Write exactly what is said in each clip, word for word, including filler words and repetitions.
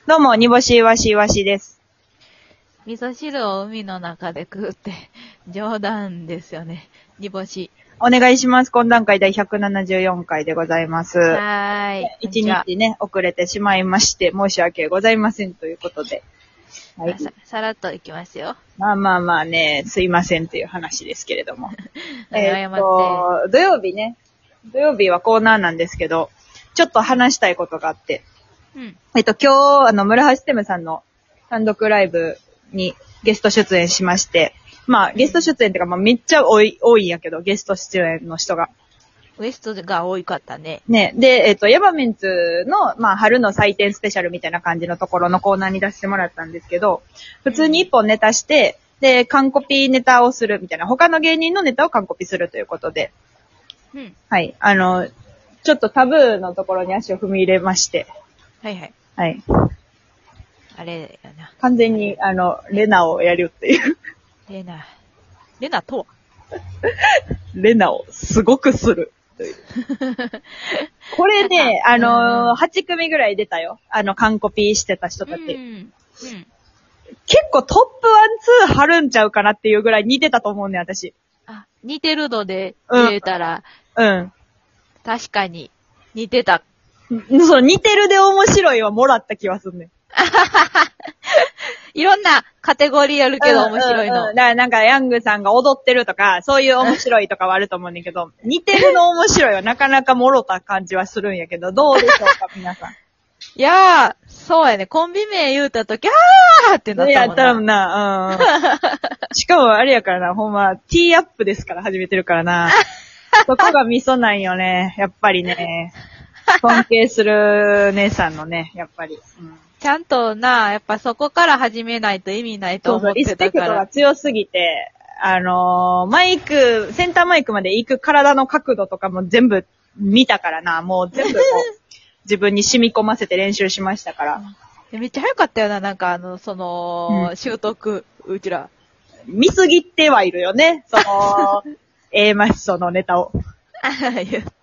どうも、煮干しわしわしです。 味噌汁を海の中で食うって冗談ですよね。煮干し。 お願いします。懇談会第ひゃくななじゅうよんかいでございます。 はーい。 一日ね、遅れてしまいまして、申し訳ございませんということで。 はい、さ, さらっといきますよ。 まあまあまあね、すいませんという話ですけれども。 えっと、土曜日ね、土曜日はコーナーなんですけど、ちょっと話したいことがあって、うん、えっと、今日、あの、村橋テムさんの単独ライブにゲスト出演しまして、まあ、ゲスト出演っていうか、まあ、めっちゃ多い、多いんやけど、ゲスト出演の人が。 ゲストが多かったね。 ね。で、えっと、ヤバメンツの、まあ、春の祭典スペシャルみたいな感じのところのコーナーに出してもらったんですけど、普通に一本ネタして、で、完コピネタをするみたいな、他の芸人のネタを完コピするということで、うん。はい。あの、ちょっとタブーのところに足を踏み入れまして、 はいはい。 はい。 あれやな。 完全に、あの、レナをやるっていう。 レナ。レナとはレナをすごくする。というこれね、あのー、はち組ぐらい出たよ。あの、完コピしてた人たち。うんうん、結構トップワン、ツー貼るんちゃうかなっていうぐらい似てたと思うね、私。 あ、似てるので入れたら、うん。うん。確かに、似てた。 そう、似てるで面白いはもらった気はすんねん。 いろんなカテゴリーあるけど面白いの。 うんうんうん、だからなんかヤングさんが踊ってるとか、そういう面白いとかはあると思うんだけど、似てるの面白いはなかなかもろた感じはするんやけど、どうでしょうか、皆さん。 いやー、そうやね。コンビ名言うたとき、あーってなったもんな。 やったらもんな、うん。しかもあれやからな、ほんま、ティーアップですから始めてるからな。そこがミソなんよね、やっぱりね。尊敬する姉さんのね、やっぱり。うん、 ちゃんとな、やっぱそこから始めないと意味ないと思ってたから。そうそう、リスペクトが強すぎて、あのー、マイク、センターマイクまで行く体の角度とかも全部見たからな、もう全部こう、自分に染み込ませて練習しましたから。 めっちゃ早かったよな、なんかあの、その、うん、習得、うちら。 見すぎてはいるよね、その、A マッソのネタを。 言った。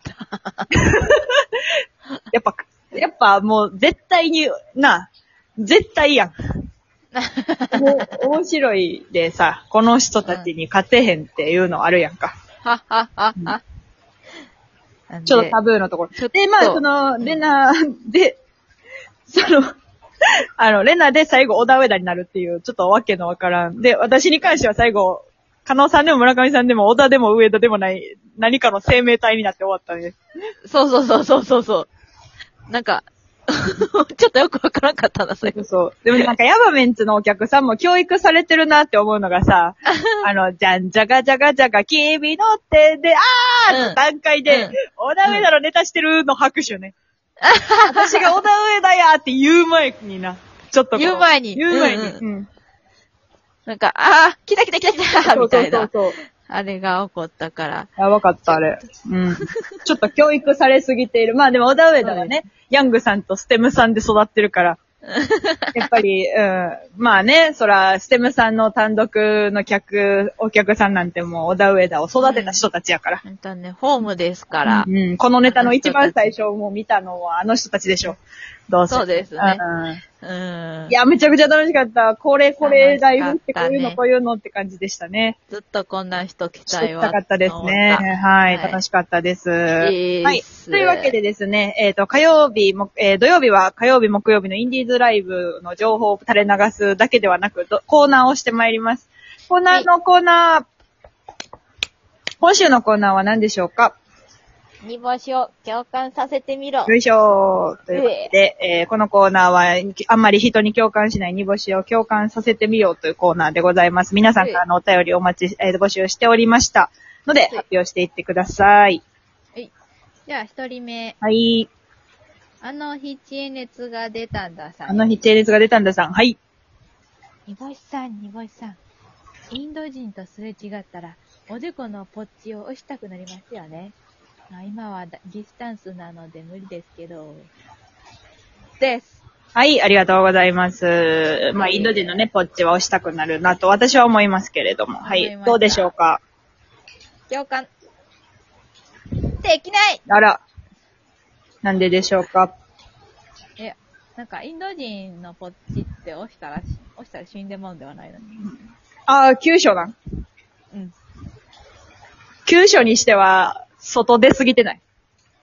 やっぱ、やっぱもう絶対に、な、絶対やん。もう面白いでさ、この人たちに勝てへんっていうのあるやんか。 はははは。 ちょっとタブーのところ。で、まあ、その、レナで、その、あの、レナで最後、小田上田になるっていう、ちょっとわけのわからん。で、私に関しては最後、加納さんでも村上さんでも小田でも上田でもない何かの生命体になって終わったんです。 そうそうそうそうそうそう。なんか、ちょっとよくわからんかったな、それ。 そうそう。でもなんかヤバメンツのお客さんも教育されてるなって思うのがさ、あの、じゃんじゃがじゃがじゃが君の手で、あーの段階で、うん、小田上田のネタしてるの拍手ね。うん、私が小田上田やーって言う前にな。ちょっと言う前に。 言う前に。うんうんうん、 なんか、あー、来た来た来た来たみたいな。そうそうそう。あれが起こったから。 やばかった、あれ。うん。ちょっと教育されすぎている。まあでも、小田上田はね、ヤングさんとステムさんで育ってるから。やっぱり、うん。まあね、そら、ステムさんの単独の客、お客さんなんてもう、小田上田を育てた人たちやから。 本当ね、ホームですから。 うん、うん。このネタの一番最初も見たのは、あの人たちでしょ。どうせ。 そうですね。 うん。うん。いや、めちゃくちゃ楽しかった。これ、これ、ライブってこういうの、こういうのって感じでしたね。 ずっとこんな人来たいわ。 来たかったですね。はい。楽しかったです。はい。というわけでですね、えっと、火曜日も、えー、土曜日は火曜日、木曜日のインディーズライブの情報を垂れ流すだけではなく、コーナーをしてまいります。コーナーのコーナー、今週のコーナーは何でしょうか？ 煮干しを共感させてみろ。 よいしょー。ということで、えー、このコーナーはあんまり人に共感しない煮干しを共感させてみようというコーナーでございます。皆さんからのお便りお待ち、えー、募集しておりましたので、発表していってください。 はい。じゃあ一人目。 はい。 あの日知恵熱が出たんださん。 あの日知恵熱が出たんださん。はい。 煮干しさん、煮干しさん。インド人とすれ違ったら、おでこのポッチを押したくなりますよね。まあ、今はディスタンスなので無理ですけど。です。 はい、ありがとうございます。まあ、インド人のね、ポッチは押したくなるなと私は思いますけれども。はい。どうでしょうか？ 共感。できない。 あら。なんででしょうか？ いや、 なんか、インド人のポッチって押したらし、押したら死んでまうんではないのに。 ああ、急所なん。 うん。 急所にしては、外出すぎてない。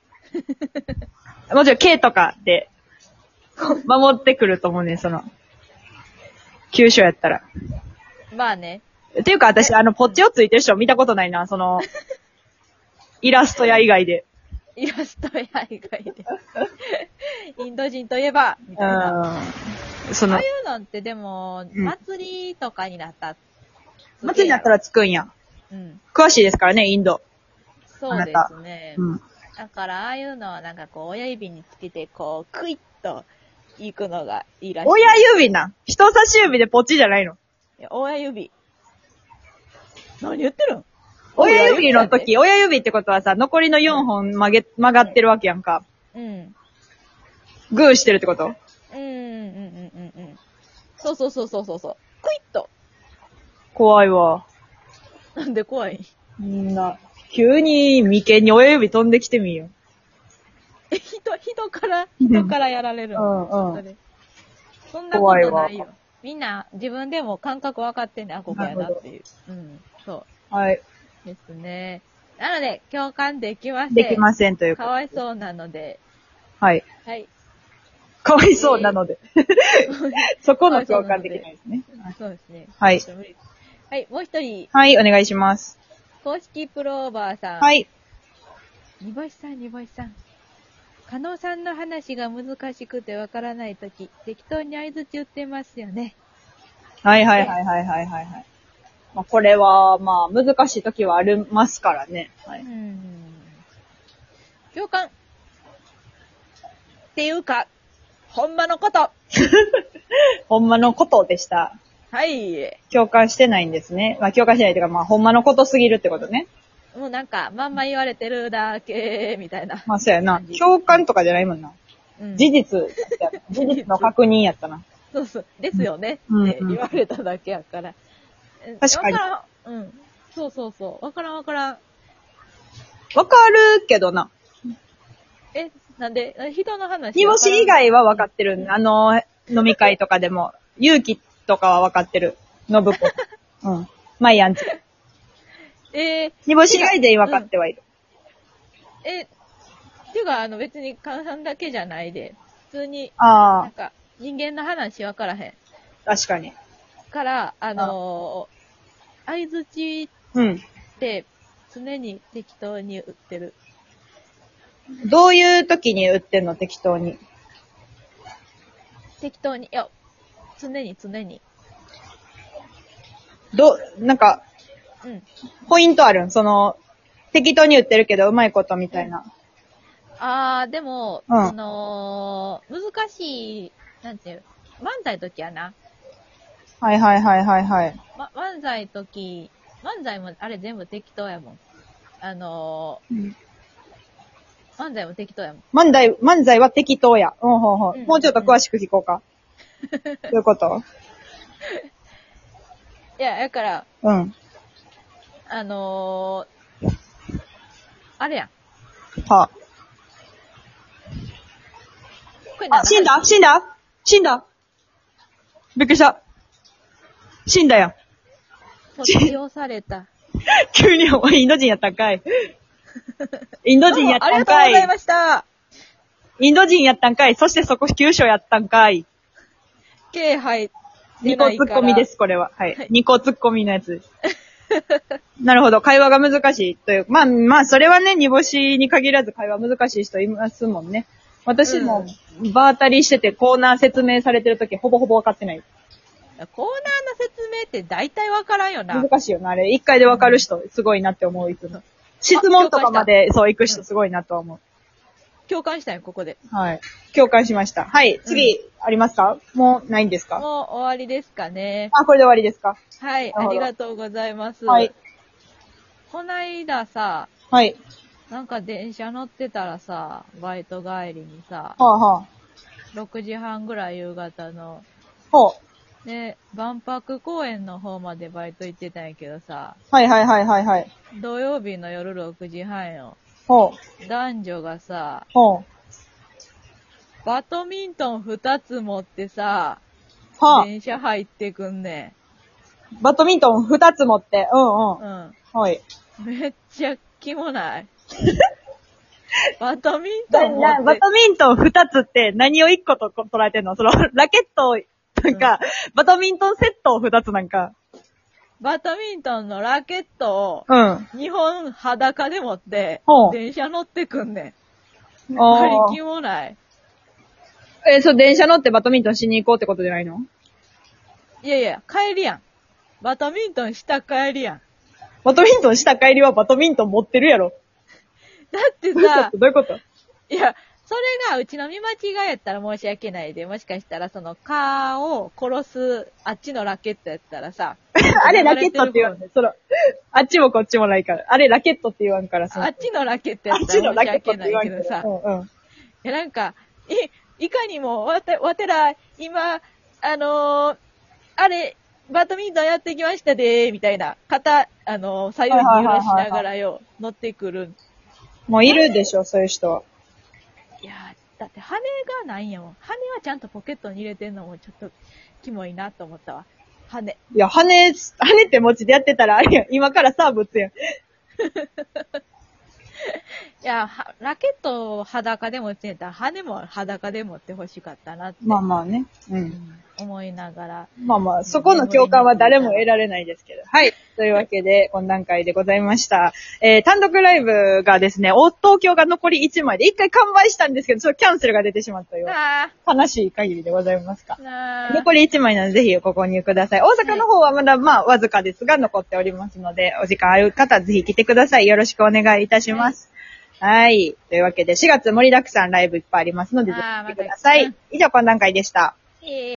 もちろん、K とかで、守ってくると思うね、その、急所やったら。 まあね。 っていうか、私、あの、ポッチをついてる人見たことないな、その、イラスト屋以外で。 イラストや以外で。インド人といえば、みたいな。 うん。その、 ああいうのってでも、 うん祭りとかになった。 祭りになったらつくんや。 うん。 詳しいですからね、インド。 そうですね。 うん。 だから、ああいうのはなんかこう、親指につけて、こう、クイッと行くのがいいらしい。 親指な。人差し指でポッチじゃないの。 いや、親指。何言ってるん？ 親指の時、親指ってことはさ、残りのよんほん曲げ、曲がってるわけやんか。 うん。 グーしてるってこと？ うん、うん、うん、うん、うん。そうそうそうそうそうそう。クイッと。 怖いわ。 なんで怖い？ みんな、急に眉間に親指飛んできてみよ。 え、人、人から、人からやられるの。 うんうん。 それ。そんなことないよ。みんな、自分でも感覚分かってんね、あ、ここやなっていう。うん。そう。 はい。 ですね。なので、共感できません。 できませんというか。 かわいそうなので。 はい。 はい。 かわいそうなので。そこの共感できないですね。 そうですね。 はい。 はい、もう一人。 はい、お願いします。 公式プローバーさん。 はい。 にぼしさん、にぼしさん。加納さんの話が難しくてわからないとき、適当に相槌打ってますよね。 はいはいはいはいはいはい、はい。まあ、これは、まあ、難しいときはありますからね。はい。 うん。共感。っていうか、ほんまのこと。 ほんまのことでした。 はい。 共感してないんですね。まあ、共感してないというか、まあ、ほんまのことすぎるってことね。 もうなんか、まんま言われてるだけ、みたいな。 まあ、そうやな。共感とかじゃないもんな。うん、事実やった。事実の確認やったな。 そうそう。ですよね。って言われただけやから。 うんうん、確かに。 わからん。うん。そうそうそう。わからんわからん。 わかるけどな。 え、なんで人の話。 煮干し以外はわかってる。あの、飲み会とかでも。勇気とかはわかってる。信子。うん。マイアンチ。 えー、 煮干し以外で分かってはいる。 うん、え、ていうか、あの別にカンさんだけじゃないで、普通に、 あなんか、人間の話分からへん。 確かに。 から、あのー、相づちって、常に適当に打ってる。 どういう時に打ってんの？適当に。 適当に。いや、常に常に。 ど、なんか、うん。ポイントあるん？その、適当に打ってるけど、うまいことみたいな。 あー、でも、 うん、 その、難しい、なんていう、漫才の時やな。 はいはいはいはいはい。 ま、漫才の時、漫才もあれ全部適当やもん。あのー、うん、漫才も適当やもん。 漫才、漫才は適当や。うんほうほう。うん、もうちょっと詳しく聞こうか。どういうこと？ いや、だから、 うん。 あのー、あれやん。 はあ。あ、死んだ死んだ死んだびっくりした。死んだよ。 卒業された。 急にお前インド人やったんかい。インド人やったんかい。 ありがとうございました。 インド人やったんかい。そしてそこ急所やったんかい。 K 入って二個ツッコミです、これは。はい。二個ツッコミのやつ。なるほど。会話が難しいという。まあまあ、それはね、煮干しに限らず会話難しい人いますもんね。私も、場当たりしててコーナー説明されてるときほぼほぼ分かってない。 コーナーの説明って大体分からんよな。 難しいよな。あれ、一回で分かる人、すごいなって思う、いつも。質問とかまで、そう、行く人すごいなと思う。 共感したよ、ここで。 はい。共感しました。はい。次、うん、ありますか？もうないんですか？ もう終わりですかね。 あ、これで終わりですか？ はい。ありがとうございます。 はい。 こないださ、 はい。 なんか電車乗ってたらさ、バイト帰りにさ、 はあはあ、 ろくじはんぐらい夕方の、 ほう。 で、万博公園の方までバイト行ってたんやけどさ、 はいはいはいはいはい。 土曜日の夜ろくじはんよ。 ほう。 男女がさ、 ほう。 バドミントン二つ持ってさ、 はあ、 電車入ってくんねバドミントン二つ持って、うんうん。 ん。うん。 はい。 めっちゃキモないバドミントン持ななバって、 ドミントン二つって何を一個と捉えてんの？その、ラケットを、なんか、バドミントンセットを二つなんか。 バドミントンのラケットをうん。 日本裸で持ってほう、 電車乗ってくんねん。 ああれーキモないえ、そう、電車乗ってバドミントンしに行こうってことじゃないの？ いやいや、帰りやん。バドミントンした帰りやん。 バドミントンした帰りはバドミントン持ってるやろ。 だってどういうこさと、どういうこと？ いや、それがうちの見間違いやったら申し訳ないで、もしかしたらその、蚊を殺す、あっちのラケットやったらさ、 あれラケットって言わんね。その、あっちもこっちもないから。あれラケットって言わんからさ。 あっちのラケットやあったらっちのラ申し訳ないケットって言わんけどさ、 うんうん。 いやなんか、い、いかにも、わて、わてら、今、あのー、あれ、バドミントンやってきましたでー、みたいな、肩、あのー、左右に揺らしながらよ、乗ってくる。 もういるでしょ、そういう人は。 いやー、だって羽がないんやもん。羽はちゃんとポケットに入れてんのもちょっと、キモいなと思ったわ。羽。 いや、羽、羽って持ちでやってたらあれやん。今からサーブ打つやん。 いや、はラケットを裸で持ってたら、羽も裸で持ってほしかったなって、 まあまあね。う。 うんん思いながら。 まあまあ、そこの共感は誰も得られないですけど。はい。というわけで、懇談会でございました。えー、単独ライブがですね、お東京が残りいちまいで、一回完売したんですけど、ちょっとキャンセルが出てしまったよ。 あ悲しい限りでございますかー、。なー。 残りいちまいなので、ぜひご購入ください。大阪の方はまだ、まあ、わずかですが、残っておりますので、お時間ある方、ぜひ来てください。よろしくお願いいたします。はい。というわけで、しがつ盛りだくさんライブいっぱいありますので、ぜひ来てください。 あーまた以上、懇談会でした。 えー